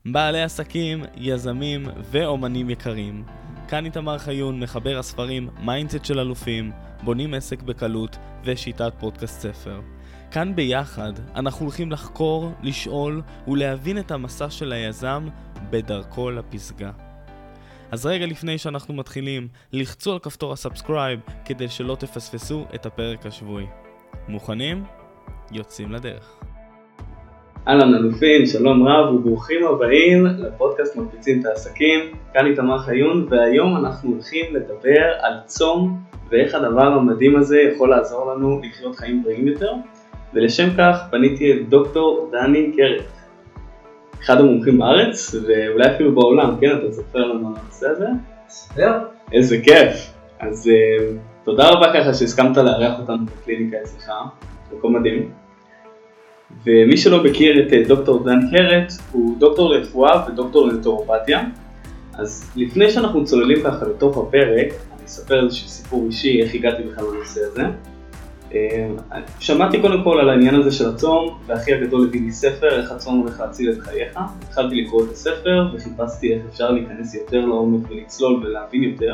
בעלי עסקים, יזמים ואומנים יקרים. כאן איתמר חיון, מחבר הספרים מיינדסט של אלופים, בונים עסק בקלות ושיטת פודקאסט ספר. כאן ביחד אנחנו הולכים לחקור, לשאול ולהבין את המסע של היזם בדרכו לפסגה. אז רגע לפני שאנחנו מתחילים, לחצו על כפתור הסאבסקרייב כדי שלא תפספסו את הפרק השבועי. מוכנים? יוצאים לדרך. אהלן אלופים, שלום רב וברוכים הבאים לפודקאסט מקפיצים את העסקים. כאן איתמר חיון, והיום אנחנו הולכים לדבר על צום ואיך הדבר המדהים הזה יכול לעזור לנו לחיות חיים בריאים יותר. ולשם כך פניתי את דוקטור דני קרת, אחד המומחים בארץ ואולי אפילו בעולם. כן, אתה תספר לנו על הנושא הזה? ספר. איזה כיף. אז תודה רבה ככה שהסכמת לארח אותנו בקליניקה אצלך, מקום מדהים. ומי שלא מכיר את דוקטור דן קרת, הוא דוקטור לרפואה ודוקטור לנטורופתיה. אז לפני שאנחנו צוללים ככה לתוך הפרק, אני אספר איזשהו סיפור אישי, איך הגעתי בכלל לנושא הזה. שמעתי קודם כל על העניין הזה של הצום, והכי הגדול הביא לי ספר, איך הצום הולך להציל את חייך. התחלתי לקרוא את הספר וחיפשתי איך אפשר להיכנס יותר לעומק ולצלול ולהבין יותר.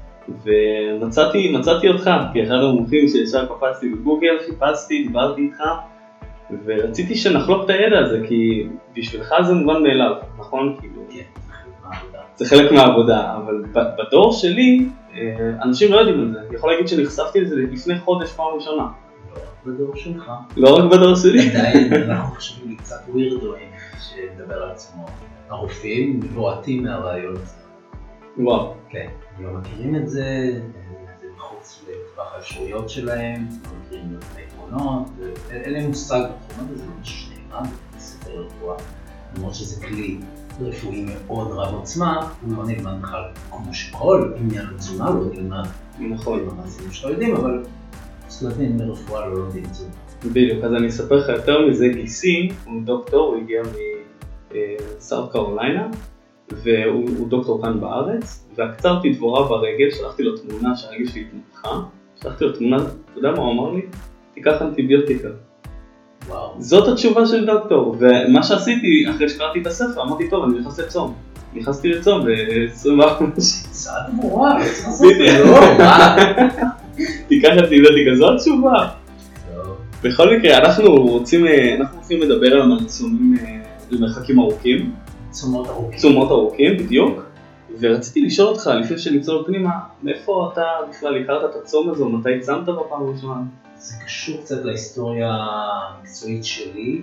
ומצאתי אותך כאחד המומחים שישר קפצתי בגוגל, חיפשתי, דיברתי איתך. ורציתי שנחלוק את הידע הזה, כי בשבילך זה מובן מאליו, נכון? כאילו, זה חלק מהעבודה, אבל בדור שלי, אנשים לא יודעים על זה. יכול להגיד שנחשפתי לזה לפני חודש פעם ראשונה. לא רק בדור שלך. לא רק בדור שלי. עדיין אנחנו חושבים לי קצת ווירדואים שדבר על עצמו. הרופאים מבועטים מהרעיון הזה. וואו. כן, הם לא מכירים את זה, זה מחוץ לטווח האפשרויות שלהם, לא מכירים את העקרונות, אין להם מושג בתחום הזה, זה משהו שנאמר בספר רפואה, למרות שזה כלי רפואי מאוד רב עוצמה, הוא לא נלמד בכלל כמו שכל עניין התזונה לא נלמד. נכון. המעשים שלא יודעים, אבל סטודנטים מרפואה לא לומדים תזונה. בדיוק, אז אני אספר לך יותר מזה. גיסי הוא דוקטור, הוא הגיע מסאות' קרוליינה, והוא דוקטור כאן בארץ, ועקצרתי דבורה ברגל, שלחתי לו תמונה שהרגל שלי התנפחה, שלחתי לו תמונה, אתה יודע מה הוא אמר לי? תיקח אנטיביוטיקה. וואו. זאת התשובה של דוקטור, ומה שעשיתי אחרי שקראתי את הספר, אמרתי טוב, אני נכנס לצום. נכנסתי לצום ב-24 צעד מורה, בדיוק. תיקח אנטיביוטיקה, זאת התשובה. בכל מקרה, אנחנו רוצים לדבר על המלצומים למרחקים ארוכים. צומות ארוכים, בדיוק. ורציתי לשאול אותך, לפני שנצלול פנימה, מאיפה אתה בכלל הכרת את הצום הזה, או מתי צמת בפעם הראשונה? זה קשור קצת להיסטוריה המקצועית שלי.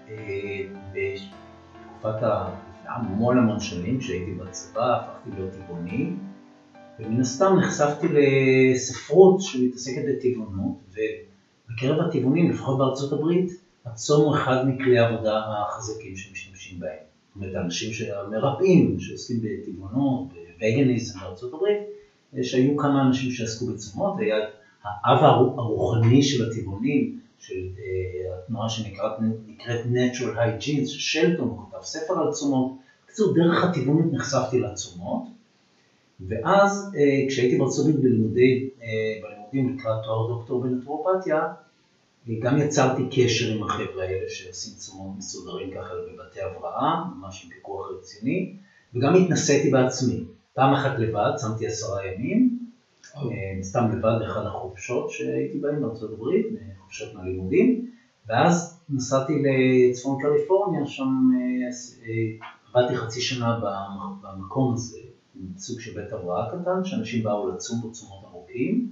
בתקופת המון שנים, כשהייתי בצבא, הפכתי להיות טבעוני, ומן הסתם נחשפתי לספרות שמתעסקת בטבעונות, ובקרב הטבעונים, לפחות בארצות הברית, הצום הוא אחד מכלי העבודה החזקים שמשתמשים בהם. זאת אומרת, אנשים שמרפאים, שעוסקים בטבעונות, בווגניזם בארצות הברית, שהיו כמה אנשים שעסקו בצומות, היה האב הרוחני של הטבעונים, של התנועה שנקראת Natural Hygiene, ששלטון, הוא כתב ספר על צומות. בקיצור, דרך הטבעונות נחשפתי לצומות, ואז כשהייתי בארצות הברית בלימודים לקראת תואר דוקטור בנטורופתיה, גם יצרתי קשר עם החבר'ה האלה שעושים צומות מסודרים ככה בבתי הבראה, ממש עם פיקוח רציני, וגם התנסיתי בעצמי. פעם אחת לבד, צמתי 10 ימים, סתם לבד באחד החופשות שהייתי בהן בארצות הברית, חופשות מהלימודים, ואז נסעתי לצפון קליפורניה, שם עבדתי חצי שנה במקום הזה, סוג של בית הבראה קטן, שאנשים באו לצום בצומות ארוכים,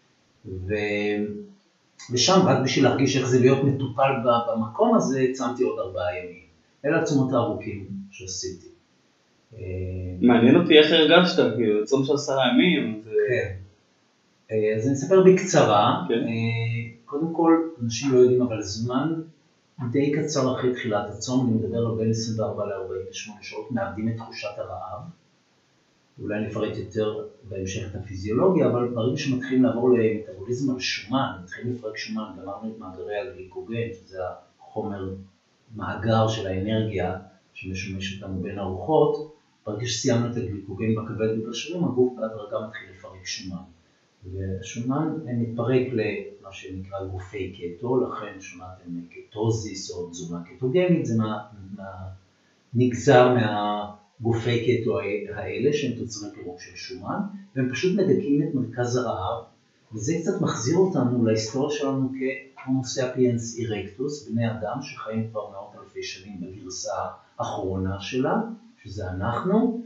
ושם רק בשביל להרגיש איך זה להיות מטופל במקום הזה, צמתי עוד 4 ימים. אלה הצומות הארוכים שעשיתי. מעניין אותי איך הרגשת, כאילו, צום של 10 ימים. כן. אז אני אספר בקצרה. קודם כל, אנשים לא יודעים, אבל זמן די קצר אחרי תחילת הצום, אני מדבר על בין 24 ל-48 שעות, מאבדים את תחושת הרעב. אולי נפרט יותר בהמשך את הפיזיולוגיה, אבל ברגע שמתחילים לעבור למטאבוליזם על שומן, מתחילים לפרק שומן, גמרנו את מאגרי הגליקוגן, שזה החומר מאגר של האנרגיה שמשמש אותנו בין ארוחות, ברגע שסיימנו את הגליקוגן בכבד ובשרירים, הגוף בהדרגה מתחיל לפרק שומן. והשומן מתפרק למה שנקרא גופי קטו, לכן שמעתם קטוזיס או תזונה קטוגנית, זה נגזר מהגופי קטו האלה, שהם תוצרי פירוק של שומן, והם פשוט מדכאים את מרכז הרעב, וזה קצת מחזיר אותנו להיסטוריה שלנו כהומו ספיאנס אירקטוס, בני אדם שחיים כבר מאות אלפי שנים בגרסה האחרונה שלה, שזה אנחנו,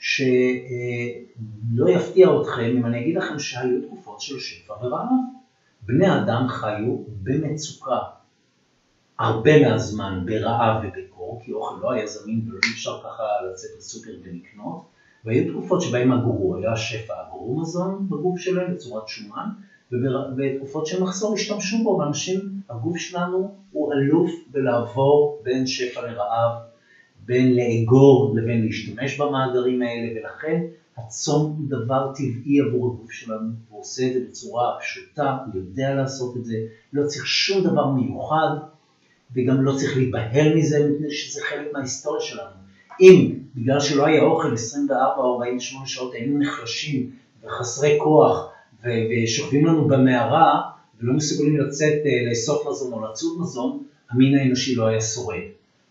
שלא יפתיע אתכם אם אני אגיד לכם שהיו תקופות של שפע ורעב. בני אדם חיו במצוקה, הרבה מהזמן ברעב ובקור, כי אוכל לא היה זמין ולא אפשר ככה לצאת לסופר ולקנות, והיו תקופות שבהם אגרו, היה שפע, אגרו מזון בגוף שלהם בצורת שומן, ובתקופות של מחסור השתמשו בו, ואנשים, הגוף שלנו הוא אלוף בלעבור בין שפע לרעב, בין לאגור לבין להשתמש במאגרים האלה, ולכן הצום הוא דבר טבעי עבור הגוף שלנו, הוא עושה את זה בצורה פשוטה, הוא יודע לעשות את זה, לא צריך שום דבר מיוחד, וגם לא צריך להיבהל מזה, מפני שזה חלק מההיסטוריה שלנו. אם בגלל שלא היה אוכל 24 או 48 שעות, היינו נחלשים וחסרי כוח, ושוכבים לנו במערה, ולא מסוגלים לצאת לאסוף מזון או לצוד מזון, המין האנושי לא היה שורד.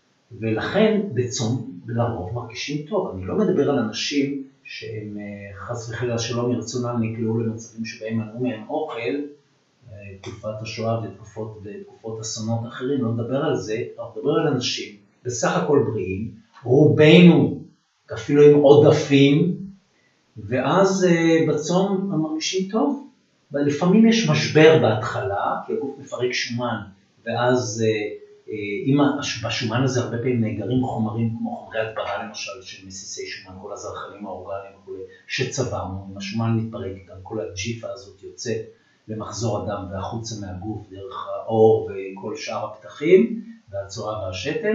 ולכן בצום לרוב מרגישים טוב. אני לא מדבר על אנשים שהם חס וחלילה שלא מרצונם נקלעו למצבים שבהם מנעו מהם אוכל, תקופת השואה ותקופות אסונות אחרים, לא מדבר על זה, אבל מדבר על אנשים בסך הכל בריאים, רובנו אפילו עם עודפים, ואז בצום הם מרגישים טוב. לפעמים יש משבר בהתחלה, כי הגוף מפרק שומן, ואז אם בשומן הזה הרבה פעמים נאגרים חומרים כמו חומרי הדברה למשל, של מסיסי שומן, כל הזרחנים האורגניים וכולי, שצברנו, אם השומן מתפרק, גם כל הג'יפה הזאת יוצאת למחזור הדם והחוצה מהגוף, דרך האור וכל שאר הפתחים, והצורה והשתן,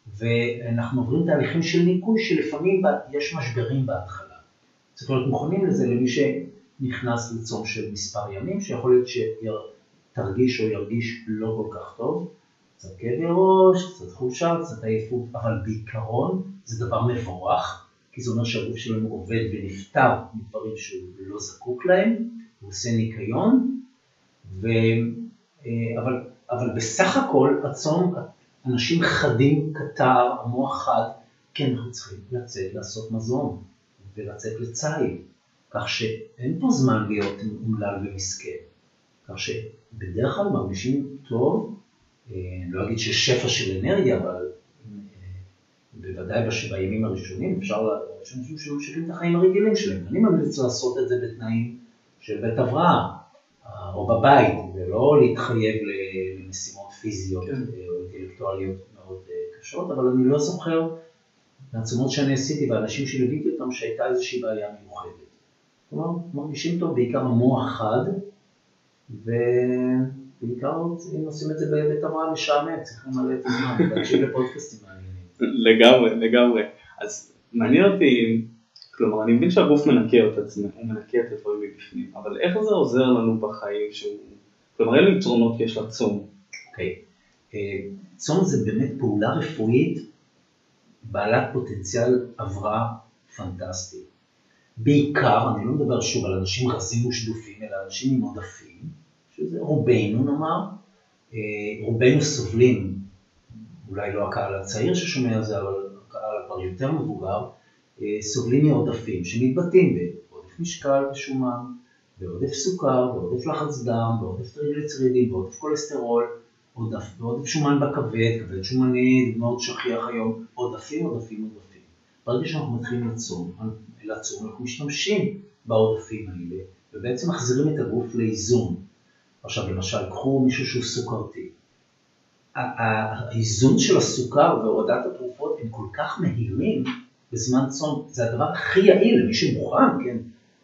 ואנחנו עוברים תהליכים של ניקוי, שלפעמים יש משברים בהתחלה. צריך להיות מוכנים לזה למי שנכנס לצום של מספר ימים, שיכול להיות שתרגיש או ירגיש לא כל כך טוב, קצת כאבי ראש, קצת חולשה, קצת עייפות, אבל בעיקרון זה דבר מבורך, כי זה אומר שהגוף שלנו עובד ונפטר מדברים שהוא לא זקוק להם, הוא עושה ניקיון, אבל בסך הכל הצום, אנשים חדים, קטר, המוח חד, כן, אנחנו צריכים לצאת לעשות מזון ולצאת לצייד, כך שאין פה זמן להיות אומלל ומסכן, כך שבדרך כלל מרגישים טוב, לא אגיד ששפע של אנרגיה, אבל בוודאי בימים הראשונים אפשר לאנשים שממשיכים את החיים הרגילים שלהם. אני ממליץ לעשות את זה בתנאים של בית הבראה או בבית, ולא להתחייב למשימות פיזיות או אינטלקטואליות מאוד קשות, אבל אני לא זוכר מהצומות שאני עשיתי והאנשים שליוויתי אותם שהייתה איזושהי בעיה מיוחדת. כלומר, מרגישים טוב, בעיקר המוח חד, ובעיקר אם עושים את זה בבית הבראה משעמם, צריכים למלא את הזמן, להקשיב לפודקאסטים מעניינים. לגמרי. אז מעניין אותי, כלומר, אני מבין שהגוף מנקה את עצמו, הוא מנקה את הדברים מבפנים, אבל איך זה עוזר לנו בחיים כלומר, אילו יתרונות יש לצום? אוקיי. צום זה באמת פעולה רפואית בעלת פוטנציאל הבראה פנטסטי. בעיקר, אני לא מדבר שוב על אנשים רזים ושדופים, אלא אנשים עם עודפים, שזה רובנו נאמר, רובנו סובלים, אולי לא הקהל הצעיר ששומע על זה, אבל הקהל כבר יותר מבוגר, סובלים מעודפים שמתבטאים בעודף משקל ושומן, בעודף סוכר, בעודף לחץ דם, בעודף טריגליצרידים, בעודף כולסטרול, בעודף שומן בכבד, כבד שומני, מאוד שכיח היום, עודפים. ברגע שאנחנו מתחילים לצום, אנחנו משתמשים בעודפים האלה, ובעצם מחזירים את הגוף לאיזון. עכשיו, למשל, קחו מישהו שהוא סוכרתי. האיזון של הסוכר והורדת התרופות הם כל כך מהירים בזמן צום, זה הדבר הכי יעיל למי שמוכן, כן,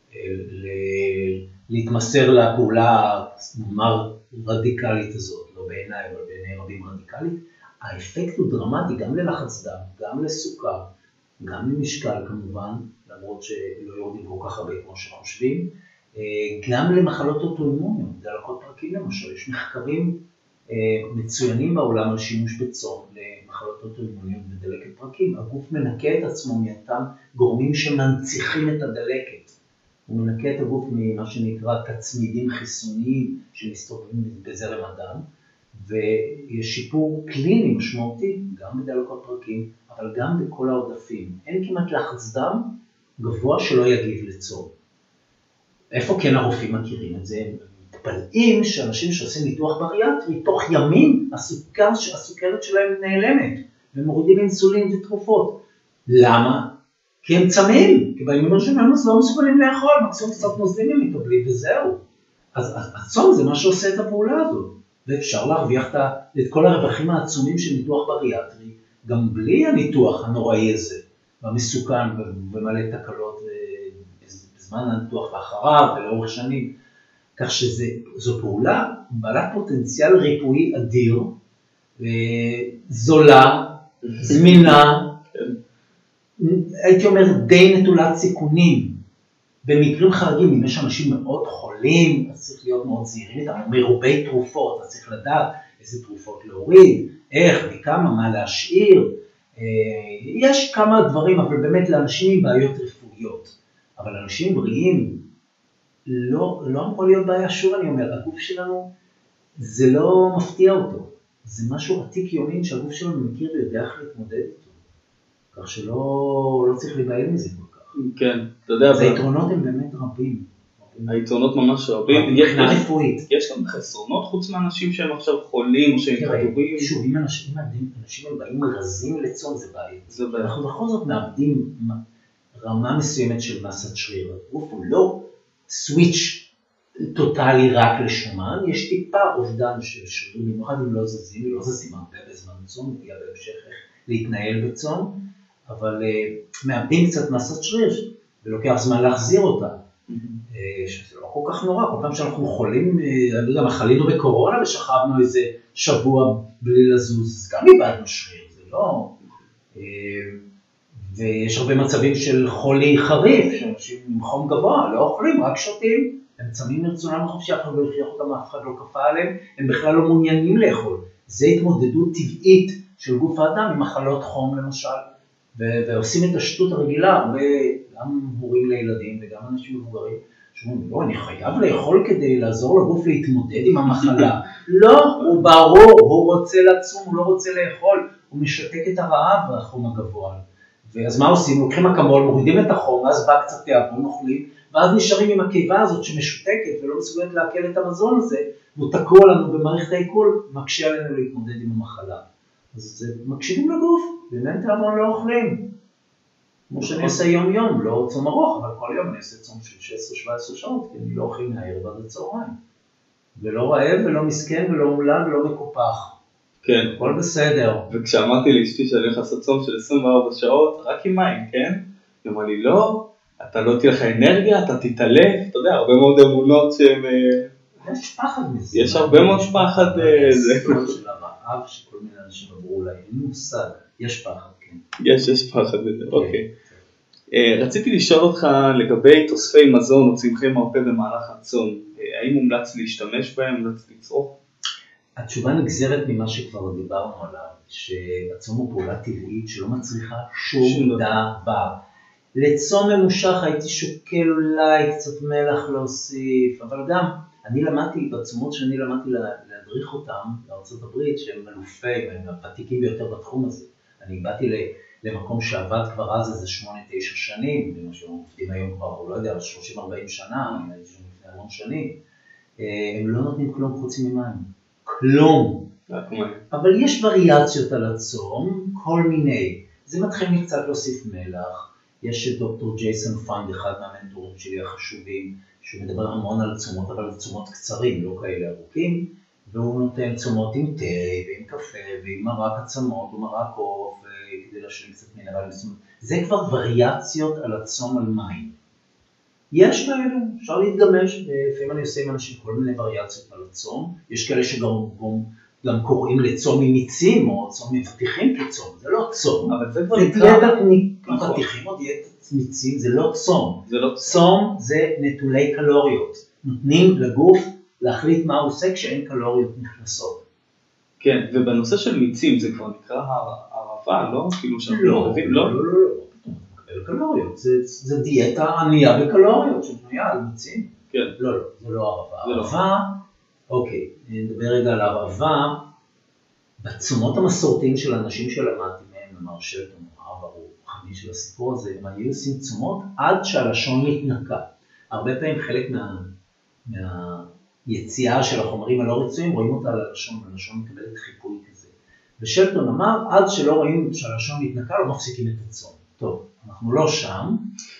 להתמסר לפעולה, נאמר, רדיקלית הזאת, לא בעיניי, אבל בעיני רבים רדיקלית. האפקט הוא דרמטי גם ללחץ דם, גם לסוכר, גם למשקל כמובן, למרות שלא יורדים כל כך הרבה כמו שחושבים, גם למחלות אוטואימוניות, דלקות פרקים למשל, יש מחקרים מצוינים בעולם על שימוש בצום למחלות אוטואימוניות ודלקת פרקים. הגוף מנקה את עצמו מאותם גורמים שמנציחים את הדלקת. הוא מנקה את הגוף ממה שנקרא תצמידים חיסוניים שמסתובבים בזרם הדם, ויש שיפור קליני משמעותי, גם בדלקות פרקים, אבל גם בכל העודפים. אין כמעט לחץ דם גבוה שלא יגיב לצום. איפה כן הרופאים מכירים את זה? הם מתפלאים שאנשים שעושים ניתוח בריאטרי, תוך ימים הסוכרת שלהם נעלמת, ומורידים אינסולין ותרופות. למה? כי הם צמאים, כי בימים הראשונים הם לא מסוגלים לאכול, מקסימום קצת נוזלים הם מקבלים וזהו. אז הצום זה מה שעושה את הפעולה הזאת, ואפשר להרוויח את כל הרווחים העצומים של ניתוח בריאטרי, גם בלי הניתוח הנוראי הזה, והמסוכן ומלא תקלות בזמן הניתוח ואחריו ולאורך שנים. כך שזו פעולה בעלת פוטנציאל ריפואי אדיר, זולה, זמינה, הייתי אומר די נטולת סיכונים. במקרים חריגים, אם יש אנשים מאוד חולים, אז צריך להיות מאוד זהירים איתם, מרובי תרופות, אז צריך לדעת איזה תרופות להוריד, איך וכמה, מה להשאיר. יש כמה דברים, אבל באמת לאנשים עם בעיות רפואיות. אבל אנשים בריאים, לא אמור להיות בעיה. שוב אני אומר, הגוף שלנו, זה לא מפתיע אותו. זה משהו עתיק יומין שהגוף שלנו מכיר ויודע איך להתמודד איתו. כך שלא צריך להיבהל מזה כל כך. כן, אתה יודע. אז היתרונות הם באמת רבים. היתרונות ממש רבים. מבחינה רפואית. יש גם חסרונות חוץ מאנשים שהם עכשיו חולים או שהם כדורים. שוב, אם אנשים הם באים רזים לצום, זה בעיה. אנחנו בכל זאת מאבדים רמה מסוימת של מסת שריר. הגוף הוא לא סוויץ' טוטלי רק לשומן, יש טיפה אובדן של שריר, במיוחד אם לא זזים הרבה בזמן צום, נגיע בהמשך להתנהל בצום, אבל מאבדים קצת מסת שריר, ולוקח זמן להחזיר אותה. שזה לא כל כך נורא, כל פעם שאנחנו חולים, אני יודע, חלינו בקורונה ושכבנו איזה שבוע בלי לזוז, אז גם איבדנו שריר, זה לא... ויש הרבה מצבים של חולי חריף, שאנשים עם חום גבוה, לא אוכלים, רק שותים, הם צמים מרצונם החופשי, אף אחד לא הכריח אותם, אף אחד לא כפה עליהם, הם בכלל לא מעוניינים לאכול. זה התמודדות טבעית של גוף האדם עם מחלות חום למשל, ועושים את השטות הרגילה, גם הורים לילדים וגם אנשים מבוגרים, שאומרים, לא, אני חייב לאכול כדי לעזור לגוף להתמודד עם המחלה. לא, הוא ברור, הוא רוצה לצום, הוא לא רוצה לאכול, הוא משתק את הרעב והחום הגבוה. ואז מה עושים? לוקחים אקמול, מורידים את החום, אז בא קצת תיאבון, אוכלים, ואז נשארים עם הקיבה הזאת שמשותקת ולא מסוגלת לעכל את המזון הזה, והוא תקוע לנו במערכת העיכול, מקשה עלינו להתמודד עם המחלה. אז מקשיבים לגוף, ואם אין תיאבון לא אוכלים. כמו שאני עושה יום יום, לא צום ארוך, אבל כל יום אני עושה צום של 16-17 שעות, כי אני לא אוכל מהערב עד הצהריים. ולא רעב ולא מסכן ולא אומלל ולא מקופח. כן. הכל בסדר. וכשאמרתי לאשתי שאני הולך לעשות צום של 24 שעות, רק עם מים, כן? היא אמרה לי, לא, אתה לא תהיה לך אנרגיה, אתה תתעלף, אתה יודע, הרבה מאוד אמונות שהן... יש פחד מזה. יש הרבה מאוד פחד. זה של הרעב שכל מיני אנשים עברו אולי, אין מושג, יש פחד, כן. יש פחד מזה, אוקיי. רציתי לשאול אותך לגבי תוספי מזון או צמחי מרפא במהלך הצום, האם מומלץ להשתמש בהם, מומלץ לצרוך? התשובה נגזרת ממה שכבר דיברנו עליו, שהצום הוא פעולה טבעית שלא מצריכה שום דבר. לצום ממושך הייתי שוקל אולי קצת מלח להוסיף, אבל גם אני למדתי, בצומות שאני למדתי להדריך אותם בארצות הברית, שהם אלופים, הם הוותיקים ביותר בתחום הזה. אני באתי למקום שעבד כבר אז איזה 8-9 שנים, ומה שעובדים היום כבר, לא יודע, 30-40 שנה, אני הייתי שם לפני המון שנים, הם לא נותנים כלום חוץ ממים. כלום. אבל יש וריאציות על הצום, כל מיני. זה מתחיל קצת להוסיף מלח. יש את דוקטור ג'ייסון פאנד, אחד מהמנטורים שלי החשובים, שהוא מדבר המון על צומות, אבל צומות קצרים, לא כאלה ארוכים, והוא נותן צומות עם תה, ועם קפה, ועם מרק עצמות, ומרק עוף, כדי להשלים קצת מינרלים. זה כבר וריאציות על הצום על מים. יש כאלה, אפשר להתגמש, לפעמים אני עושה עם אנשים כל מיני וריאציות על הצום, יש כאלה שגם קוראים לצום עם מיצים, או צום מבטיחים כצום, זה לא צום. אבל זה כבר נקרא. מבטיחים או דיאטת מיצים, זה לא צום. צום זה נטולי קלוריות. נותנים לגוף להחליט מה הוא עושה כשאין קלוריות נכנסות. כן, ובנושא של מיצים זה כבר נקרא הרעבה, לא? כאילו שאנחנו לא, לא, לא, לא. קלוריות, זה דיאטה ענייה בקלוריות שבנויה על מיצים. כן. לא, זה לא הרעבה. הרעבה, אוקיי, נדבר רגע על הרעבה, בתשומות המסורתיים של האנשים שלמדתי מהם, אמר שלטון, הרב הרוחני של הסיפור הזה, הם היו עושים תשומות עד שהלשון מתנקה. הרבה פעמים חלק מהיציאה של החומרים הלא רצויים, רואים אותה על הלשון, והלשון מקבלת חיפוי כזה. ושלטון אמר, עד שלא רואים שהלשון מתנקה, לא מפסיקים את הצום. טוב, אנחנו לא שם,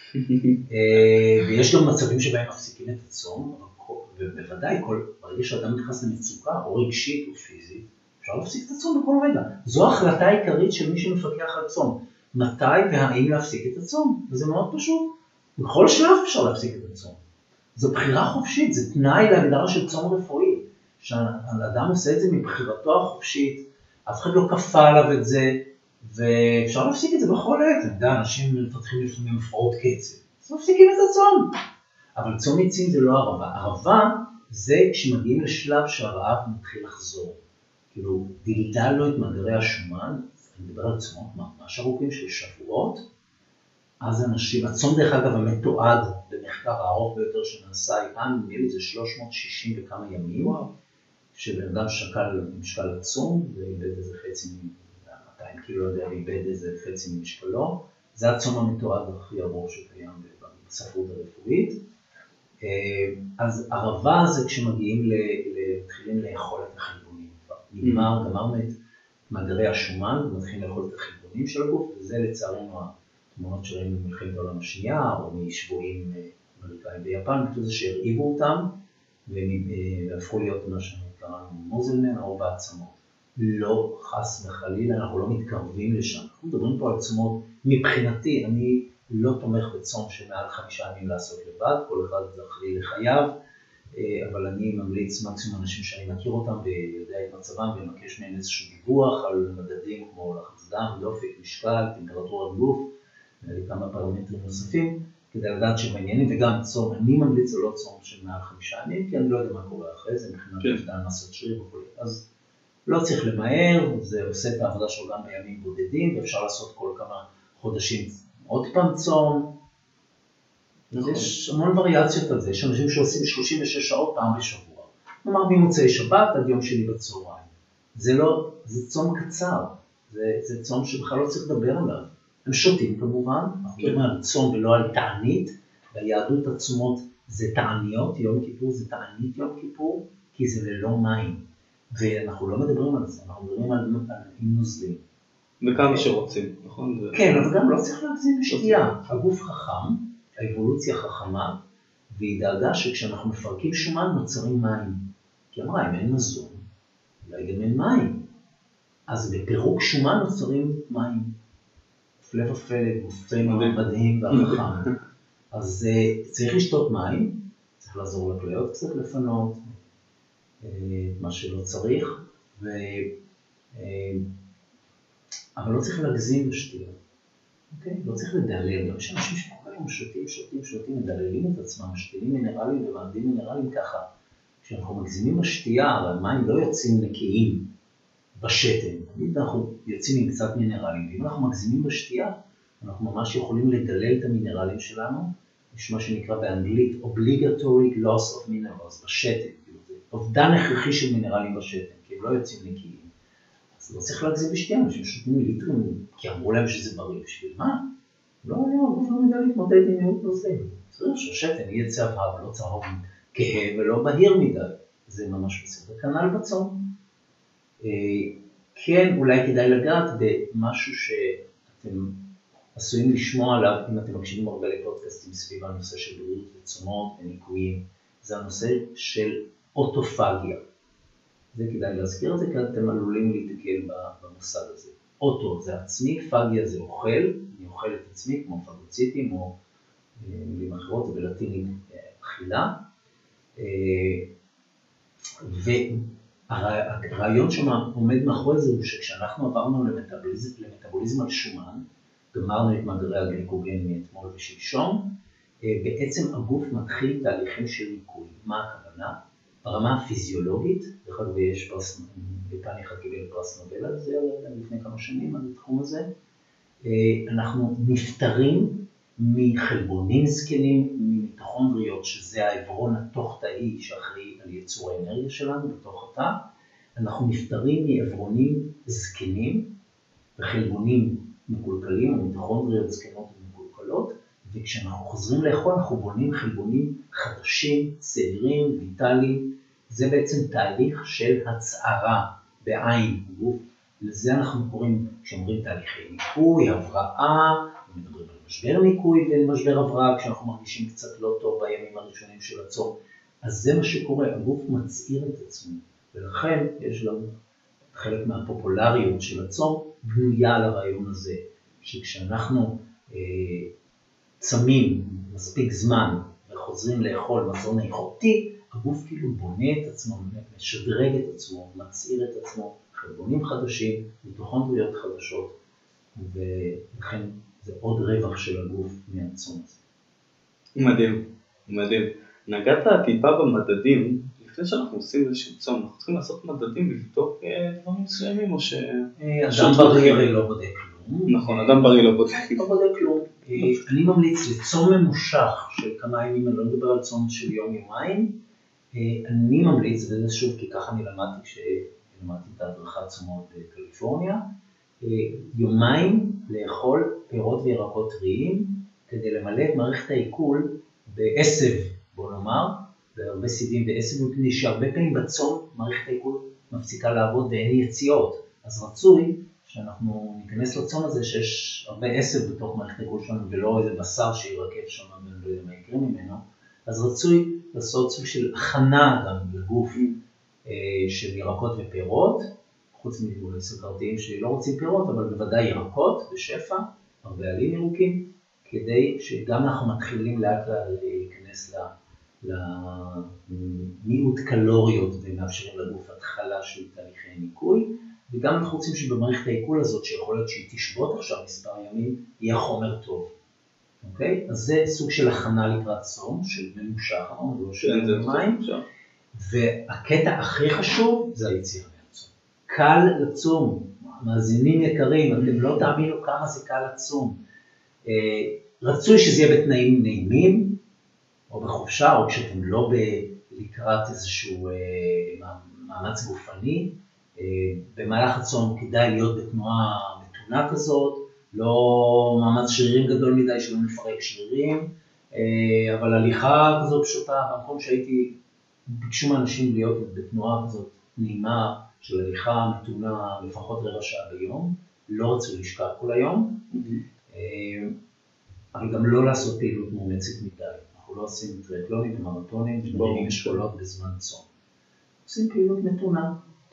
ויש גם מצבים שבהם מפסיקים את הצום, ובוודאי ברגע שאדם נכנס למצוקה, או רגשית או פיזית, אפשר להפסיק את הצום בכל רגע. זו ההחלטה העיקרית של מי שמפקח על צום. מתי והאם להפסיק את הצום? וזה מאוד פשוט. בכל שלב אפשר להפסיק את הצום. זו בחירה חופשית, זה תנאי להגדרה של צום רפואי. שהאדם עושה את זה מבחירתו החופשית, אף אחד לא כפה עליו את זה, ואפשר להפסיק את זה בכל עת. אני יודע, אנשים מפתחים לפעמים הפרעות קצב, אז מפסיקים את הצום. אבל צום עצים זה לא ערבה. ערבה זה כשמגיעים לשלב שהרעב מתחיל לחזור. כאילו, דילדלנו את מאגרי השומן, אני מדבר על צומות ממש ארוכים של שבועות, אז אנשים, הצום דרך אגב המתועד במחקר הארוך ביותר שנעשה אי פעם, נראה לי זה 360 וכמה ימים, שבן אדם שקל משקל הצום, ואיבד איזה חצי, 200 קילו, ואיבד איזה חצי ממשקלו, זה הצום המתועד הכי ארוך שקיים בספרות הרפואית. אז ערבה זה כשמגיעים מתחילים לאכול את החלבונים. גמרנו את מאגרי השומן, ומתחילים לאכול את החלבונים של הגוף, וזה לצערנו התמונות שראינו במלחמת העולם השנייה, או משבויים אמריקאים ביפן, זה שהרעיבו אותם, והפכו להיות מה שקראנו מוזלמן, או בעצמות. לא חס וחלילה, אנחנו לא מתקרבים לשם. אנחנו מדברים פה על צומות, מבחינתי, אני לא תומך בצום שמעל 5 ימים לעשות לבד, כל אחד זה אחרי לחייו, אבל אני ממליץ מקסימום אנשים שאני מכיר אותם ויודע את מצבם ומבקש מהם איזשהו דיווח על מדדים כמו לחץ דם, דופק, משקל, טמפרטורת גוף, וכמה פרמטרים נוספים, כדי לדעת שהם מעניינים, וגם צום, אני ממליץ על לא צום של מעל 5 ימים, כי אני לא יודע מה קורה אחרי זה, מבחינת אובדן מסת שריר וכו'. אז לא צריך למהר, זה עושה את העבודה שלו גם בימים בודדים, ואפשר לעשות כל כמה חודשים עוד פעם צום. יש המון וריאציות על זה, יש אנשים שעושים 36 שעות פעם בשבוע. כלומר, ממוצאי שבת עד יום שני בצהריים. זה צום קצר, זה צום שבכלל לא צריך לדבר עליו. הם שותים כמובן, אנחנו מדברים על צום ולא על תענית, ביהדות הצומות זה תעניות, יום כיפור זה תענית יום כיפור, כי זה ללא מים. ואנחנו לא מדברים על זה, אנחנו מדברים על נוזלים. וכמה שרוצים, נכון? כן, אבל גם לא צריך להגזים בשתייה. הגוף חכם, האבולוציה חכמה, והיא דאגה שכשאנחנו מפרקים שומן נוצרים מים. כי אמרה, אם אין מזון, אולי גם אין מים. אז בפירוק שומן נוצרים מים. הפלא ופלא, גופנו המדהים והחכם. אז צריך לשתות מים, צריך לעזור לכליות קצת לפנות, מה שלא צריך, אבל לא צריך להגזים בשתייה. אוקיי? לא צריך לדלל, גם שאנשים שפוקרים שותים, מדללים את עצמם, משתילים מינרלים ומעדים מינרלים ככה. כשאנחנו מגזימים בשתייה, המים לא יוצאים נקיים בשתן. תמיד אנחנו יוצאים עם קצת מינרלים, ואם אנחנו מגזימים בשתייה, אנחנו ממש יכולים לדלל את המינרלים שלנו, יש מה שנקרא באנגלית obligatory loss of minerals בשתן, אובדן הכרחי של מינרלים בשתן, כי הם לא יוצאים נקיים. אז לא צריך להגזים בשתייה, אנשים שותים ליטרים, כי אמרו להם שזה בריא, בשביל מה? לא, הגוף לא מדע להתמודד עם מיעוט נוזלים. צריך שהשתן יהיה צהוב, לא צהוב כהה ולא בהיר מדי. זה ממש בסדר. כנ"ל בצום. כן, אולי כדאי לגעת במשהו שאתם עשויים לשמוע עליו, אם אתם מקשיבים הרבה לפודקאסטים סביב הנושא של בריאות וצומות וניקויים, זה הנושא של אוטופגיה. זה כדאי להזכיר את זה, כי אתם עלולים להתקל במושג הזה. אוטו זה עצמי, פגיה זה אוכל, אני אוכל את עצמי כמו פגוציטים או מילים אחרות, זה בלטינית אכילה. והרעיון שעומד מאחורי זה הוא שכשאנחנו עברנו למטאבוליזם על שומן, גמרנו את מאגרי הגליקוגן מאתמול ושלשום, בעצם הגוף מתחיל תהליכים של ניקוי. מה הכוונה? ברמה הפיזיולוגית, דרך אגב יש בפני אחד קיבל פרס נובל על זה לפני כמה שנים על התחום הזה, אנחנו נפטרים מחלבונים זקנים, ממיטוכונדריות, שזה העברון התוך תאי שאחראי על ייצור האנרגיה שלנו בתוך התא, אנחנו נפטרים מעברונים זקנים וחלבונים מקולקלים, או מיטוכונדריות זקנות ומקולקלות, וכשאנחנו חוזרים לאכול אנחנו בונים חלבונים חדשים, צעירים, ויטליים. זה בעצם תהליך של הצערה בעין גוף. לזה אנחנו קוראים, כשאומרים תהליכי ניקוי, הבראה, מדברים על משבר ניקוי ומשבר הבראה, כשאנחנו מרגישים קצת לא טוב בימים הראשונים של הצום. אז זה מה שקורה, הגוף מצעיר את עצמו, ולכן יש גם חלק מהפופולריות של הצום בנויה על הרעיון הזה, שכשאנחנו צמים מספיק זמן וחוזרים לאכול מזון איכותי, הגוף כאילו בונה את עצמו, משדרג את עצמו, מצעיר את עצמו, חלבונים חדשים, מיטוכונדריות חדשות, ולכן זה עוד רווח של הגוף מהצום הזה. מדהים, מדהים. נגעת טיפה במדדים, לפני שאנחנו עושים איזשהו צום, אנחנו צריכים לעשות מדדים לבדוק דברים מסוימים או ש... אדם בריא לא בודק כלום. נכון, אדם בריא לא בודק. לא בודק כלום. אני ממליץ לצום ממושך של כמה ימים, אני לא מדבר על צום של יום-יומיים, אני ממליץ, וזה שוב כי ככה אני למדתי כשלמדתי את ההדרכת צומות בקליפורניה, יומיים לאכול פירות וירקות טריים, כדי למלא את מערכת העיכול בעשב, בוא נאמר, והרבה סיבים בעשב, מפני שהרבה פעמים בצום מערכת העיכול מפסיקה לעבוד ואין יציאות. אז רצוי שאנחנו ניכנס לצום הזה שיש הרבה עשב בתוך מערכת העיכול שלנו, ולא איזה בשר שירקב שם ואני לא יודע מה יקרה ממנו. אז רצוי לעשות סוג של הכנה גם לגוף של ירקות ופירות, חוץ מאולי סוכרתיים שלא רוצים פירות, אבל בוודאי ירקות בשפע, הרבה עלים ירוקים, כדי שגם אנחנו מתחילים לאט להיכנס למיעוט קלוריות ומאפשרים לגוף התחלה של תהליכי ניקוי, וגם אנחנו רוצים שבמערכת העיכול הזאת, שיכול להיות שהיא תשבות עכשיו מספר ימים, יהיה חומר טוב. אוקיי? אז זה סוג של הכנה לקראת צום, של ממושך, לא של יומיים. והקטע הכי חשוב זה היציאה מהצום. קל לצום, מאזינים יקרים, אתם לא תאמינו כמה זה קל לצום. רצוי שזה יהיה בתנאים נעימים, או בחופשה, או כשאתם לא לקראת איזשהו מאמץ גופני. במהלך הצום כדאי להיות בתנועה מתונה כזאת, לא מאמץ שרירים גדול מדי שלא נפרק שרירים, אבל הליכה כזאת פשוטה, במקום שהייתי, ביקשו מאנשים להיות בתנועה כזאת נעימה של הליכה מתונה לפחות רבע שעה ביום, לא רצו לשכב כל היום, אבל גם לא לעשות פעילות מאומצת מדי. אנחנו לא עושים טריאתלונים ומרתונים ומרימים אשכולות בזמן צום. עושים פעילות מתונה.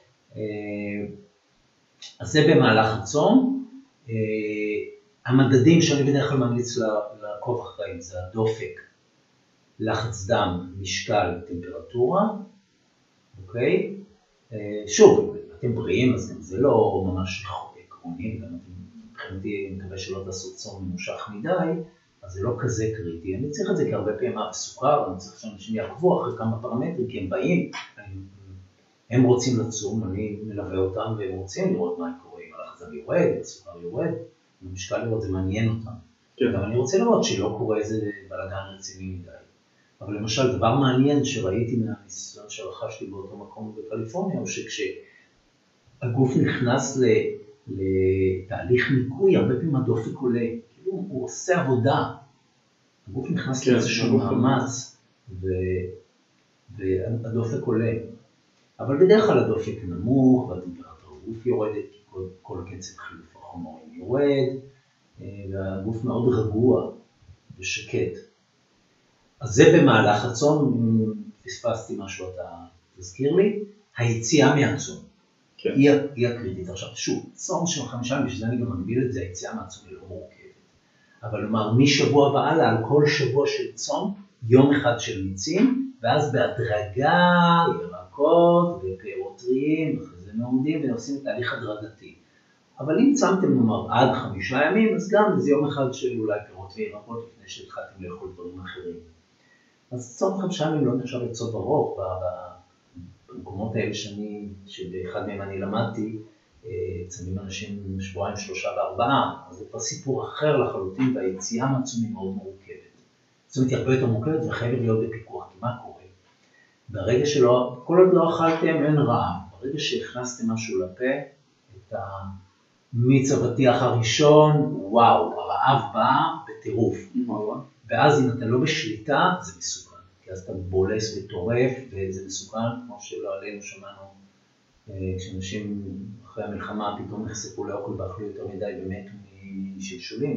אז זה במהלך הצום. המדדים שאני בדרך כלל ממליץ לעקוב אחריהם זה הדופק, לחץ דם, משקל, טמפרטורה. אוקיי? שוב, אתם בריאים, אז גם זה לא ממש עקרוני, גם אתם מבחינתי מקווה שלא תעשו צום ממושך מדי, אז זה לא כזה קריטי. אני צריך את זה כי הרבה פעמים בסוכר, אני צריך שאנשים יעקבו אחרי כמה פרמטרים, כי הם באים, הם רוצים לצום, אני מלווה אותם והם רוצים לראות מה קורה, אם הלחץ דם יורד, הסוכר יורד, המשקל לראות זה מעניין אותם. כן. גם אני רוצה לראות שלא קורה איזה בלגן רציני מדי. אבל למשל, דבר מעניין שראיתי מהניסיון שרכשתי באותו מקום בקליפורניה, הוא שכשהגוף נכנס לתהליך ניקוי, הרבה פעמים הדופק עולה, כאילו הוא עושה עבודה. הגוף נכנס לאיזשהו מאמץ, והדופק עולה. אבל בדרך כלל הדופק נמוך, והטמפרטורה גוף יורדת, כי כל קצב חילוף החומרים יורד, והגוף מאוד רגוע ושקט. אז זה במהלך הצום, אם פספסתי משהו אתה תזכיר לי, היציאה מהצום. כן. היא הקריטית. עכשיו שוב, צום של 5 ימים, שזה אני גם מגביל את זה, היציאה מהצום היא לא מורכבת. אבל לומר, משבוע והלאה, על כל שבוע של צום, יום אחד של מיצים, ואז בהדרגה, ירקות ופירות טריים, ואחרי זה מעומדים, ועושים תהליך הדרגתי. אבל אם צמתם נאמר עד 5 ימים, אז גם זה יום אחד של אולי פירות וירקות, לפני שהתחלתם לאכול דברים אחרים. אז צום 5 ימים לא נחשב לצום ארוך, במקומות האלה שבאחד מהם אני למדתי, צמים אנשים 2, 3 ו4, אז זה כבר סיפור אחר לחלוטין, והיציאה מהצום היא מאוד מורכבת. זאת אומרת, היא הרבה יותר מורכבת וחייבת להיות בפיקוח, כי מה קורה? ברגע שלא, כל עוד לא אכלתם אין רעב, ברגע שהכנסתם משהו לפה, את המיץ אבטיח הראשון, וואו, הרעב בא בטירוף. ואז אם אתה לא בשליטה, זה מסוכן. כי אז אתה בולס וטורף, וזה מסוכן, כמו שלא עלינו שמענו, כשאנשים אחרי המלחמה פתאום נחשפו לאוכל ואכלו יותר מדי ומתו משלשולים,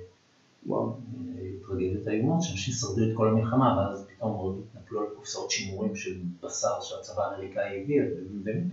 טרגדיות איומות, שאנשים שרדו את כל המלחמה, ואז פתאום התנפלו על קופסאות שימורים של בשר שהצבא האמריקאי הביא, ומתו.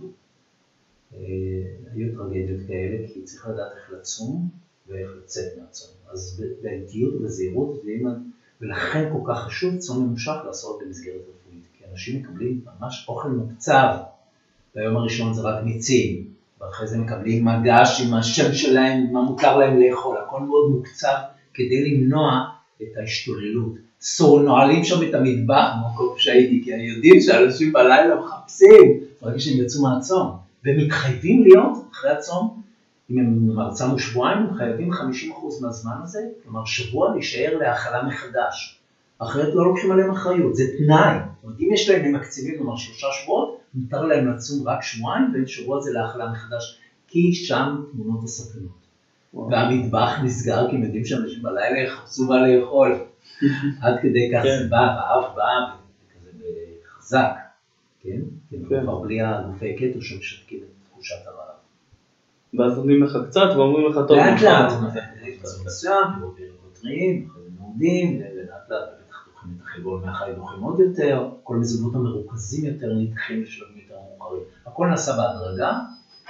היו טרגדיות כאלה, כי צריך לדעת איך לצום ואיך לצאת מהצום. אז באיטיות ובזהירות, ולכן כל כך חשוב צום ממושך לעשות במסגרת רפואית, כי אנשים מקבלים ממש אוכל מוקצב, ביום הראשון זה רק מיצים, ואחרי זה מקבלים מגש עם השם שלהם, מה מותר להם לאכול, הכל מאוד מוקצב כדי למנוע את ההשתוללות. נועלים שם את המטבח, במקום שהייתי, כי אני יודעים שאנשים בלילה מחפשים, ברגע שהם יצאו מהצום, ומתחייבים להיות אחרי הצום, אם הם צמו שבועיים, הם חייבים 50% מהזמן הזה, כלומר שבוע להישאר להאכלה מחדש. אחרת לא לוקחים עליהם אחריות, זה תנאי. זאת אומרת, אם יש להם הם מקציבים, כלומר 3 שבועות, מותר להם לצום רק שבועיים, ושבוע זה להאכלה מחדש, כי שם תמונות הסכנות. והמטבח נסגר, כי הם יודעים שאנשים בלילה יחפשו מה לאכול. עד כדי כך זה בא, רעב בא, וכזה חזק, כן? כבר בלי הגופי קטו שמשתקים את תחושת הרעב. ואז נותנים לך קצת ואומרים לך טוב. לאט לאט, זה מסוים, כותרים, אחרי זה נעודים, ולאט לאט בטח דוחים את החלבון מהחי דוחים עוד יותר, כל מזונות המרוכזים יותר נדחים לשלבים יותר מאוחרים. הכל נעשה בהדרגה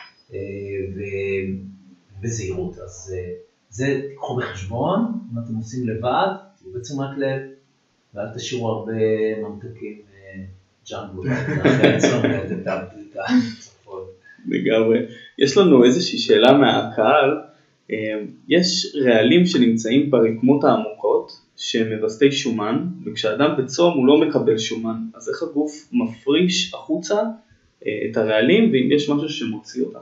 ובזהירות, אז זה תיקחו בחשבון, אם אתם עושים לבד, תהיו בתשומת לב, ואל תשאירו הרבה ממתקים וג'אנגות, לגמרי. יש לנו איזושהי שאלה מהקהל, יש רעלים שנמצאים ברקמות העמוקות שהם מבססי שומן, וכשאדם בצום הוא לא מקבל שומן, אז איך הגוף מפריש החוצה את הרעלים, ואם יש משהו שמוציא אותם?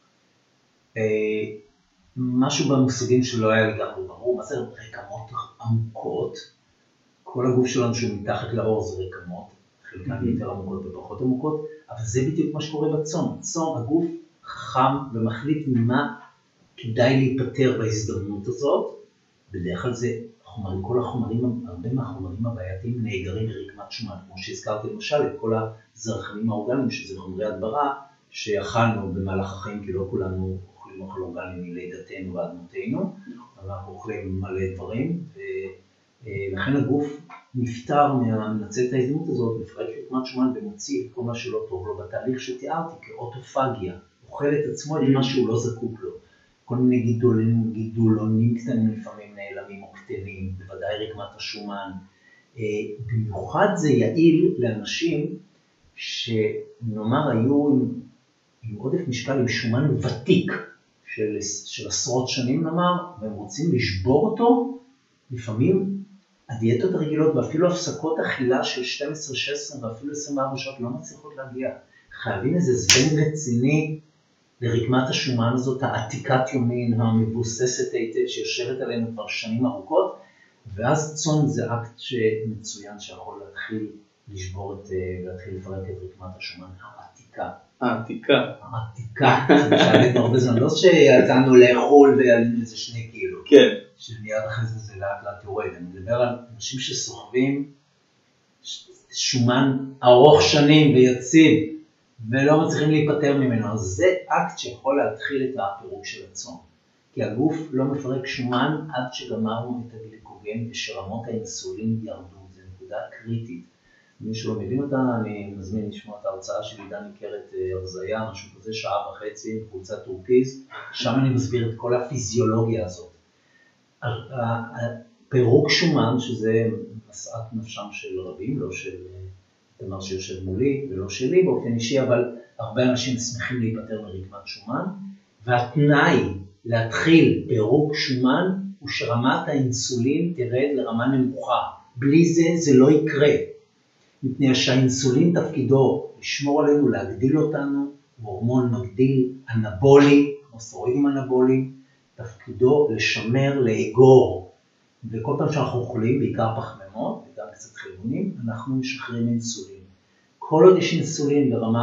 משהו במושגים שלא היה לגמרי ברור, מה זה רקמות עמוקות? כל הגוף שלנו שמתחת לאור זה רקמות, חלקן יותר עמוקות ופחות עמוקות, אבל זה בדיוק מה שקורה בצום. בצום הגוף חם ומחליט ממה כדאי להיפטר בהזדמנות הזאת. בדרך כלל זה חומרים, כל החומרים, הרבה מהחומרים הבעייתיים נאגרים ברקמת שומן, כמו שהזכרתי למשל את כל הזרחנים האורגניים, שזה חומרי הדברה, שאכלנו במהלך החיים, כי לא כולנו אוכלים אוכל אורגני מלידתנו ועד מותנו, אבל אנחנו אוכלים מלא דברים, ולכן הגוף נפטר מנצל את ההזדמנות הזאת, מפרק רקמת שומן ומוציא את כל מה שלא טוב לו בתהליך שתיארתי כאוטופגיה, אוכל את עצמו את מה שהוא לא זקוק לו. כל מיני גידולונים קטנים לפעמים נעלמים או קטנים, בוודאי רקמת השומן. במיוחד זה יעיל לאנשים שנאמר היו עם עודף משקל, עם שומן ותיק של עשרות שנים נאמר, והם רוצים לשבור אותו, לפעמים הדיאטות הרגילות ואפילו הפסקות אכילה של 12, 16 ואפילו 24 שעות לא מצליחות להגיע. חייבים איזה זבנג רציני לרקמת השומן הזאת, העתיקת יומין, המבוססת היטב שיושבת עלינו כבר שנים ארוכות, ואז צום זה אקט מצוין שיכול להתחיל לשבור להתחיל לפרק את רקמת השומן העתיקה. העתיקה, שאלת הרבה זמן, לא שיצאנו לאכול ועלינו איזה 2 קילו. כן. שמיד אחרי זה לאט לאט יורד. אני מדבר על אנשים שסוחבים שומן ארוך שנים ויציב, ולא מצליחים להיפטר ממנו. אז זה אקט שיכול להתחיל את הפירוק של הצום. כי הגוף לא מפרק שומן עד שגמרנו את הגליקוגן ושרמות האינסולין ירדו. זו נקודה קריטית. מי שלא מבין אותה, אני מזמין לשמוע את ההרצאה של עידן ניכרת הרזיה, משהו כזה, 1.5 שעה, קבוצה טורקיז. שם אני מסביר את כל הפיזיולוגיה הזאת. פירוק שומן, שזה משאת נפשם של רבים, לא של תמר שיושב מולי ולא שלי באופן אישי, אבל הרבה אנשים שמחים להיפטר מרקמת שומן, והתנאי להתחיל פירוק שומן הוא שרמת האינסולין תרד לרמה נמוכה. בלי זה לא יקרה. מפני שהאינסולין תפקידו לשמור עלינו, להגדיל אותנו, הוא הורמון מגדיל אנבולי, כמו סטרואידים אנבוליים, תפקידו לשמר, לאגור. וכל פעם שאנחנו אוכלים, בעיקר פחמימות וגם קצת חלבונים, אנחנו משחררים אינסולין. כל עוד יש אינסולין ברמה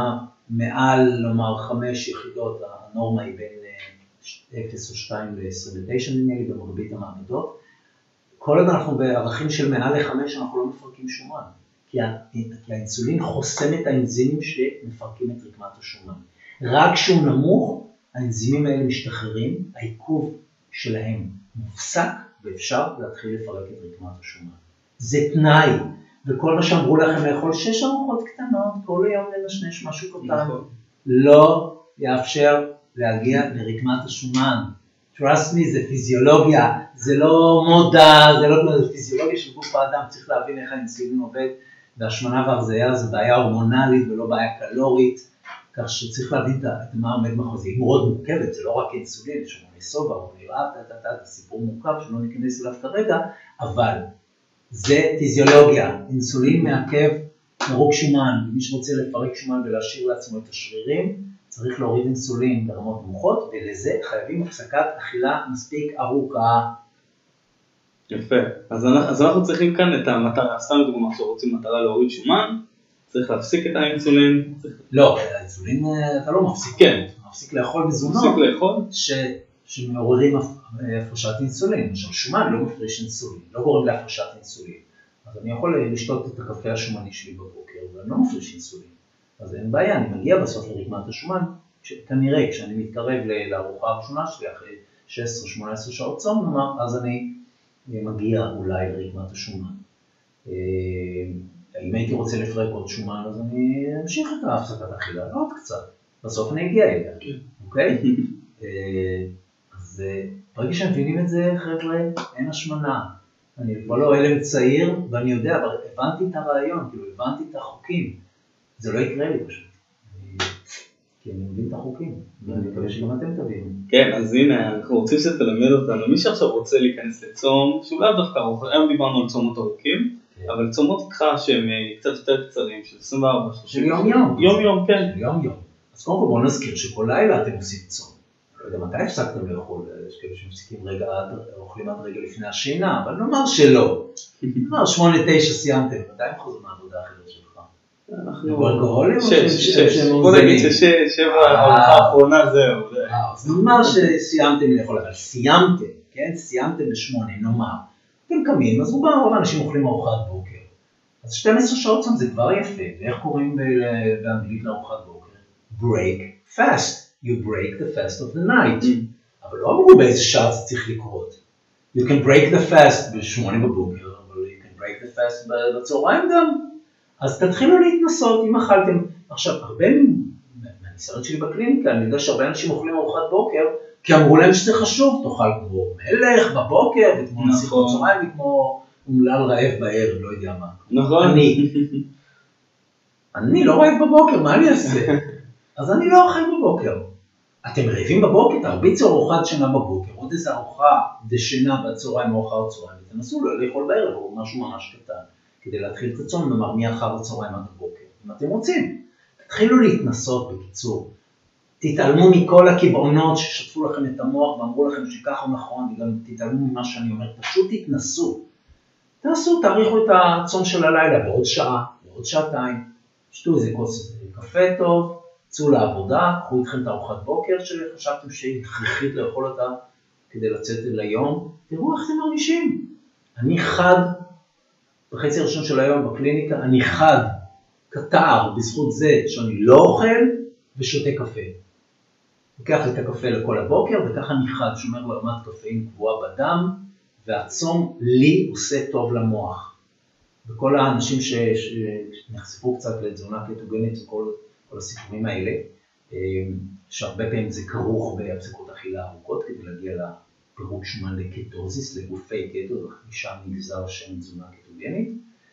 מעל, לומר, 5 יחידות, הנורמה היא בין 0 או 2 ל-29 נדמה לי במרבית המעבדות. כל עוד אנחנו בערכים של מעל ל-5 אנחנו לא מפרקים שומן, כי האינסולין חוסם את האנזימים שמפרקים את רקמת השומן. רק כשהוא נמוך, האנזימים האלה משתחררים, העיכוב שלהם מופסק, ואפשר להתחיל לפרק את רקמת השומן. זה תנאי, וכל מה שאמרו לכם לאכול 6 ארוחות קטנות, כל היום לנשנש משהו קטן, לא יאפשר להגיע לרקמת השומן. Trust me, זה פיזיולוגיה, זה לא מודה, זה פיזיולוגיה של גוף האדם, צריך להבין איך האינסולין עובד, והשמנה והרזייה זה בעיה הורמונלית ולא בעיה קלורית, כך שצריך להבין את מה עומד מאחורי זה. היא מאוד מורכבת, זה לא רק אינסולין, יש המוני סובה, המוני רעת, זה סיפור מורכב שלא ניכנס אליו כרגע, אבל זה פיזיולוגיה. אינסולין מעכב פירוק שומן, ומי שרוצה לפרק שומן ולהשאיר לעצמו את השרירים, צריך להוריד אינסולין ברמות נמוכות, ולזה חייבים הפסקת אכילה מספיק ארוכה. יפה. אז אנחנו צריכים כאן את המטרה, סתם דוגמה, שרוצים מטרה להוריד שומן, צריך להפסיק את האינסולין. לא, האינסולין אתה לא מפסיק. כן. אתה מפסיק לאכול מזונות. מפסיק לאכול? שמעוררים הפרשת אינסולין. למשל, שומן לא מפריש אינסולין, לא גורם להפרשת אינסולין. אז אני יכול לשתות את הקפה השומני שלי בבוקר, ואני לא מפריש אינסולין. אז אין בעיה, אני מגיע בסוף לרקמת השומן, כנראה כשאני מתקרב לארוחה הראשונה שלי, אחרי 16-18 שעות צום, נאמר, אז אני מגיע אולי לרקמת השומן. אם הייתי רוצה לפרק עוד שומן, אז אני אמשיך את ההפסקת האכילה, לא עוד קצת. בסוף אני אגיע אליה, אוקיי? אז ברגע שמבינים את זה, חבר'ה, אין השמנה. אני כבר לא אלם צעיר, ואני יודע, אבל הבנתי את הרעיון, כאילו הבנתי את החוקים. זה לא יקרה לי פשוט. כי אני מבין את החוקים, ואני מקווה שגם אתם תבינו. כן, אז הנה, אנחנו רוצים שתלמד אותנו. מי שעכשיו רוצה להיכנס לצום, שהוא לא דווקא ארוך, היום דיברנו על צומות ארוכים, אבל צומות איתך שהם קצת יותר קצרים, של 24, 30. של יום-יום. יום-יום, כן. של יום-יום. אז קודם כל בואו נזכיר שכל לילה אתם עושים צום. לא יודע מתי הפסקתם לאכול, יש כאלה שמפסיקים אוכלים עד רגע לפני השינה, אבל נאמר שלא. נאמר 8-9 סיימתם, מתי הם חוזרים מהעבודה האחרת שלך? אנחנו... אלכוהולים? 6. בוא נגיד ש7 הארוחה האחרונה זהו. אז נאמר שסיימתם לאכול, אבל סיימתם, כן? סיימתם ב8, נאמר. אתם קמים, אז רוב האנשים אוכלים ארוחת בוקר. אז 12 שעות צום זה כבר יפה, ואיך קוראים באנגלית לארוחת בוקר? break fast. You break the fast of the night. אבל לא אמרו באיזה שעה זה צריך לקרות. You can break the fast ב8 בבוקר, אבל you can break the fast בצהריים גם. אז תתחילו להתנסות אם אכלתם. עכשיו, הרבה מהניסיון שלי בקליניקה, אני יודע שהרבה אנשים אוכלים ארוחת בוקר, כי אמרו להם שזה חשוב, תאכל כמו מלך בבוקר, וכמו נסיכות צהריים, וכמו אומלל רעב בערב, לא יודע מה. נכון. אני לא רעב בבוקר, מה אני אעשה? אז אני לא אוכל בבוקר. אתם רעבים בבוקר, תרביצו ארוחת שינה בבוקר, עוד איזו ארוחה דשינה בצהריים או אחר הצהריים, ותנסו לא לאכול בערב או משהו ממש קטן, כדי להתחיל את הצום, נאמר מאחר הצהריים עד הבוקר. אם אתם רוצים, תתחילו להתנסות בקיצור. תתעלמו מכל הקבעונות ששטפו לכם את המוח ואמרו לכם שככה הוא נכון, וגם תתעלמו ממה שאני אומר, פשוט תתנסו. תנסו, תאריכו את הצום של הלילה בעוד שעה, בעוד שעתיים, שתו איזה כוס קפה טוב, צאו לעבודה, קחו איתכם את ארוחת בוקר שחשבתם שהיא הכרחית לאכול אותה כדי לצאת ליום, תראו איך אתם מרגישים. אני חד, בחצי הראשון של היום בקליניקה, אני חד, קטר, בזכות זה שאני לא אוכל ושותה קפה. לוקח את הקפה לכל הבוקר, וככה אני חד, שומר לרמת קפאין קבועה בדם, והצום לי עושה טוב למוח. וכל האנשים שנחשפו קצת לתזונה קטוגנית וכל הסיפורים האלה, שהרבה פעמים זה כרוך בהפסקות אכילה ארוכות, כדי להגיע לפירוק שומן לקטוזיס, לגופי קטו, משם נגזר השם תזונה קטוגנית.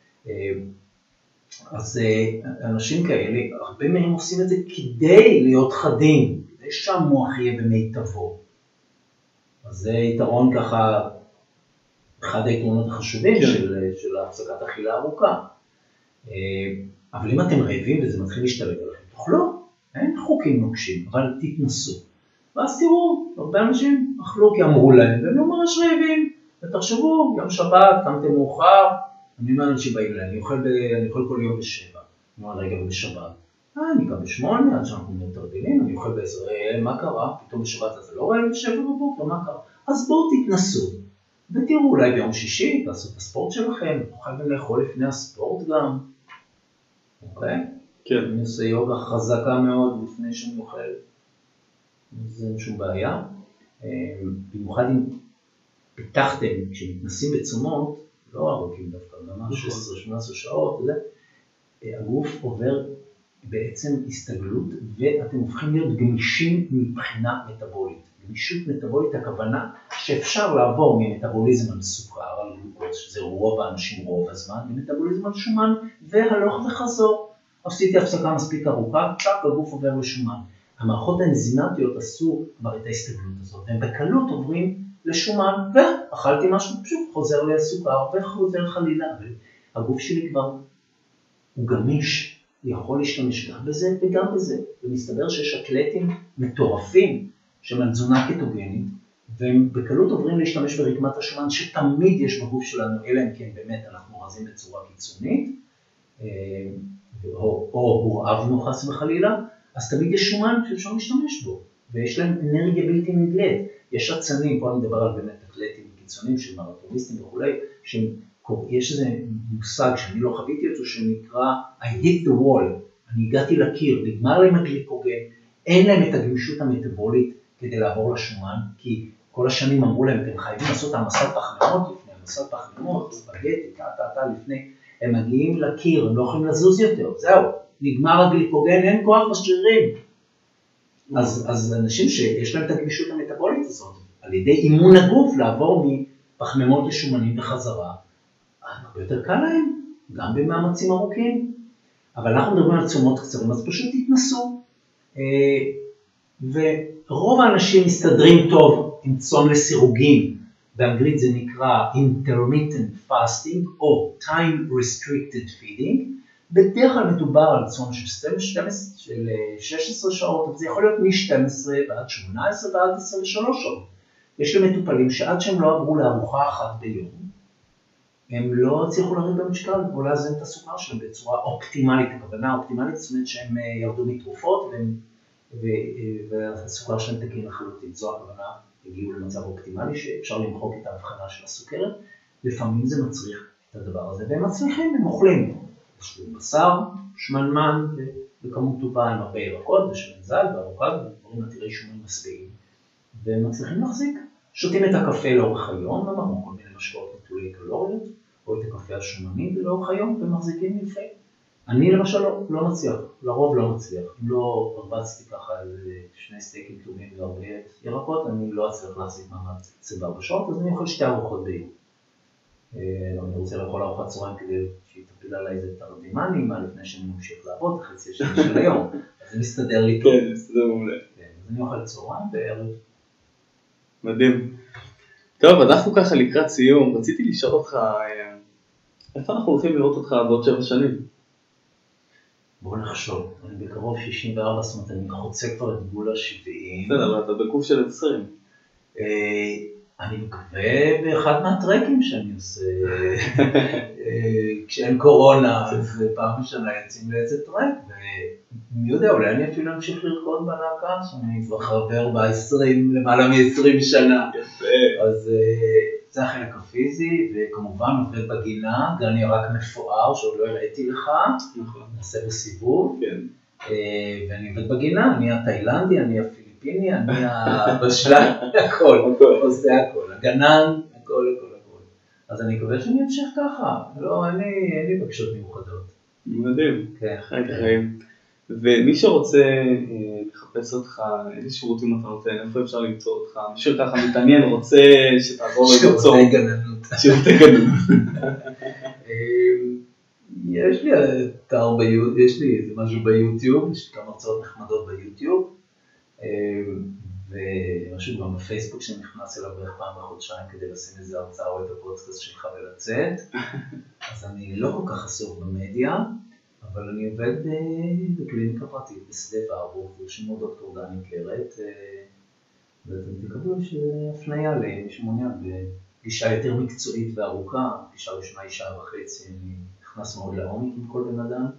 אז אנשים כאלה, הרבה מהם עושים את זה כדי להיות חדים, כדי שהמוח יהיה במיטבו. אז זה יתרון ככה, אחד היתרונות החשובים של הפסקת אכילה ארוכה. אבל אם אתם רעבים וזה מתחיל להשתלט עליכם, תאכלו, אין חוקים נוקשים, אבל תתנסו. ואז תראו, הרבה אנשים אכלו כי אמרו להם, והם לא ממש רעבים. ותחשבו, יום שבת, קמתם מאוחר, אני אומר אנשים באים להם, אני אוכל כל יום ב7, אני אומר רגע בשבת. אני קם ב8, עד שאנחנו מתרגלים, אני אוכל בעזר, מה קרה? פתאום בשבת אתה לא רואה ב7 בבוקר, מה קרה? אז בואו תתנסו, ותראו אולי ביום שישי, תעשו את הספורט שלכם, תוכל לאכול לפני הספורט גם, אוקיי? כן. אני עושה יוגה חזקה מאוד לפני שאני אוכל, זה אין שום בעיה. במיוחד אם פיתחתם, כשמתנסים בצומות, לא ארוכים דווקא, ממש 16-18 שעות, הגוף עובר בעצם הסתגלות, ואתם הופכים להיות גמישים מבחינה מטאבולית. גמישות מטאבולית, הכוונה שאפשר לעבור ממטאבוליזם על סוכר, על גלוקוז, שזה רוב האנשים רוב הזמן, ממטאבוליזם על שומן, והלוך וחזור. עשיתי הפסקה מספיק ארוכה, צ'ק, הגוף עובר לשומן. המערכות האנזימטיות עשו כבר את ההסתגלות הזאת, והם בקלות עוברים לשומן, ואכלתי משהו פשוט חוזר לסוכר, וחוזר חלילה. הגוף שלי כבר הוא גמיש, יכול להשתמש גם בזה וגם בזה. ומסתבר שיש אתלטים מטורפים שהם על תזונה קטוגנית, והם בקלות עוברים להשתמש ברקמת השומן שתמיד יש בגוף שלנו, אלא אם כן באמת אנחנו רזים בצורה קיצונית, או הורעבנו חס וחלילה, אז תמיד יש שומן שאפשר להשתמש בו, ויש להם אנרגיה בלתי נדלית. יש עצנים, פה אני מדבר על באמת אתלטים קיצוניים של מרתוניסטים וכולי, יש איזה מושג שאני לא חוויתי אותו שנקרא I hit the wall, אני הגעתי לקיר, נגמר להם הגליקוגן, אין להם את הגמישות המטאבולית כדי לעבור לשומן, כי כל השנים אמרו להם, אתם חייבים לעשות העמסת פחמימות לפני, העמסת פחמימות, ספגטי, לפני, הם מגיעים לקיר, הם לא יכולים לזוז יותר, זהו, נגמר הגליקוגן, אין כוח בשרירים. אז אנשים שיש להם את הגמישות המטאבולית הזאת, על ידי אימון הגוף לעבור מפחמימות לשומנים בחזרה, הרבה יותר קל להם, גם במאמצים ארוכים. אבל אנחנו מדברים על צומות קצרים, אז פשוט תתנסו. ורוב האנשים מסתדרים טוב עם צום לסירוגין, באנגלית זה נקרא intermittent fasting או time restricted feeding, בדרך כלל מדובר על צום של 16 שעות, אבל זה יכול להיות מ-12 ועד 18 ועד 23 שעות. יש לי מטופלים שעד שהם לא עברו לארוחה אחת ביום, הם לא הצליחו להוריד במשקל או לאזן את הסוכר שלהם בצורה אופטימלית. הכוונה אופטימלית זאת אומרת שהם ירדו מתרופות והסוכר שלהם תקין לחלוטין. זו הכוונה, הגיעו למצב אופטימלי שאפשר למחוק את ההבחנה של הסוכרת. לפעמים זה מצריך את הדבר הזה, והם מצליחים, הם אוכלים. יש לו בשר, שמנמן, בכמות טובה עם הרבה ירקות ושמן זית ואבוקדו ודברים עתירי שומן משביעים. והם מצליחים להחזיק. שותים את הקפה לאורך היום, אמרנו כל מיני משקאות נטולי קלוריות, או את הקפה השומני לאורך היום, ומחזיקים יפה. אני למשל לא מצליח, לרוב לא מצליח. אם לא הרבצתי ככה איזה 2 סטייקים טובים והרבה ירקות, אני לא אצליח להחזיק מעמד 24 שעות, אז אני אוכל 2 ארוחות ביום. אני רוצה לאכול ארוחת צהריים כדי שיטפיל עליי איזה תרדימה נעימה לפני שאני ממשיך לעבוד, חצי השני של היום. אז זה מסתדר לי טוב. כן, מסתדר מעולה. אז אני אוכל צהריים בערב. מדהים. טוב, אנחנו ככה לקראת סיום, רציתי לשאול אותך, איפה אנחנו הולכים לראות אותך בעוד 7 שנים? בואו נחשוב, אני בקרוב 64, זאת אומרת, אני חוצה כבר את גבול ה-70. בסדר, אבל אתה בקוף של 20. אני מקווה באחד מהטרקים שאני עושה, כשאין קורונה, אז פעם בשנה יוצאים לאיזה טרק, ומי יודע, אולי אני אפילו אמשיך לרקוד בלהקה, שאני כבר חבר למעלה מ-20 שנה. אז זה החלק הפיזי, וכמובן עובד בגינה, גן ירק מפואר שעוד לא הראיתי לך, נעשה בסיבוב, ואני עובד בגינה, אני התאילנדי, אני הפיליפיני, אני הבשלן, הכל, עושה הכל, הגנן, הכל. אז אני מקווה שאני אמשיך ככה, לא, אין לי בקשות מיוחדות. מדהים, חיים. ומי שרוצה לחפש אותך, איזה שירותים אתה נותן, איפה אפשר למצוא אותך? מישהו ככה מתעניין, רוצה שתעזור למצוא. שירותי גננות. יש לי אתר ביוטיוב, יש לי איזה משהו ביוטיוב, יש לי כמה הרצאות נחמדות ביוטיוב, ומשהו גם בפייסבוק שנכנס אליו בערך פעם בחודשיים כדי לשים איזה הרצאה או את הפודקאסט שלך ולצאת. אז אני לא כל כך עסוק במדיה, אבל אני עובד בקליניקה פרטית בשדה ורבורג, ושמו דוקטור דני קרת, ואתם תקבלו הפניה למי שמעוניין בגישה יותר מקצועית וארוכה. פגישה ראשונה היא 1.5 שעות, אני נכנס מאוד לעומק עם כל בן אדם,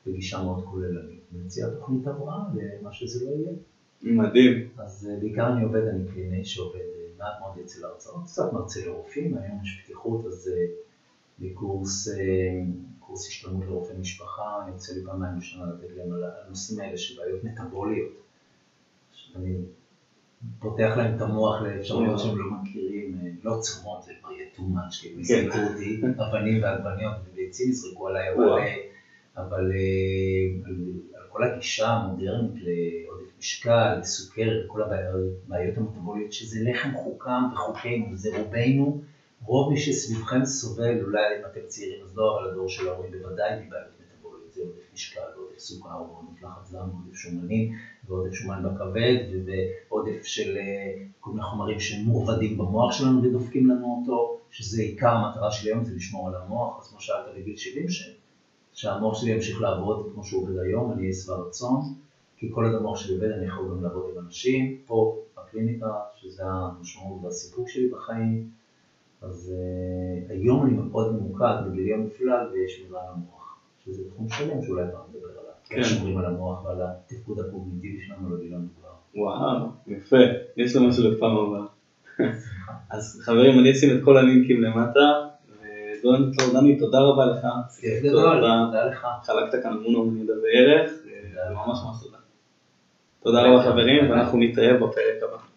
בגישה מאוד כוללנית. ומציעה תוכנית הבראה למה שזה לא יהיה. מדהים. אז בעיקר אני קלינאי שעובד מעט מאוד אצל ההרצאות, קצת מרצה לרופאים, היום יש פתיחות, אז בקורס השתלמות לרופאי משפחה, אני יוצא לי פעמיים בשנה לתת להם על הנושאים האלה של בעיות מטאבוליות. אני פותח להם את המוח לאפשרויות שהם לא מכירים, לא צומות, זה כבר יהיה too much, כאילו יזרקו אותי, אבנים ועגבניות וביצים יזרקו עליי, אבל על כל הגישה המודרנית לעודף משקל, לסוכרת, כל הבעיות המטאבוליות, שזה לחם חוקם וחוקנו, וזה רובנו, רוב מי שסביבכם סובל, אולי אם אתם צעירים, אז לא, אבל הדור של ההורים בוודאי מבעיות מטאבוליות, זה עודף משקל, ועודף סוכר, ועודף לחץ דם, ועודף שומנים, ועודף שומן בכבד, ועודף של כל מיני חומרים שמורבדים במוח שלנו ודופקים לנו אותו, שזה עיקר המטרה של היום, זה לשמור על המוח, אז כמו שאלת בגיל 70, שהמוח שלי ימשיך לעבוד כמו שהוא עובד היום, אני אהיה שבע רצון, כי כל עוד המוח שלי עובד, אני יכול גם לעבוד עם אנשים, פה בקליניקה, שזה המשמעות והסיפוק שלי בחיים, אז היום אני מאוד ממוקד בגילי המפלג ושמירה על המוח, שזה תחום שלם שאולי פעם נדבר עליו. כן. שומרים על המוח ועל התפקוד הקוגניטיבי שלנו לגיל המבוגר. וואו, יפה. יש לו משהו לפעם הבאה. אז חברים, אני אשים את כל הלינקים למטה, ודני, תודה רבה לך. כיף גדול, תודה לך. חלקת כאן המון ידע וערך, ממש ממש תודה. תודה רבה חברים, ואנחנו נתראה בפרק הבא.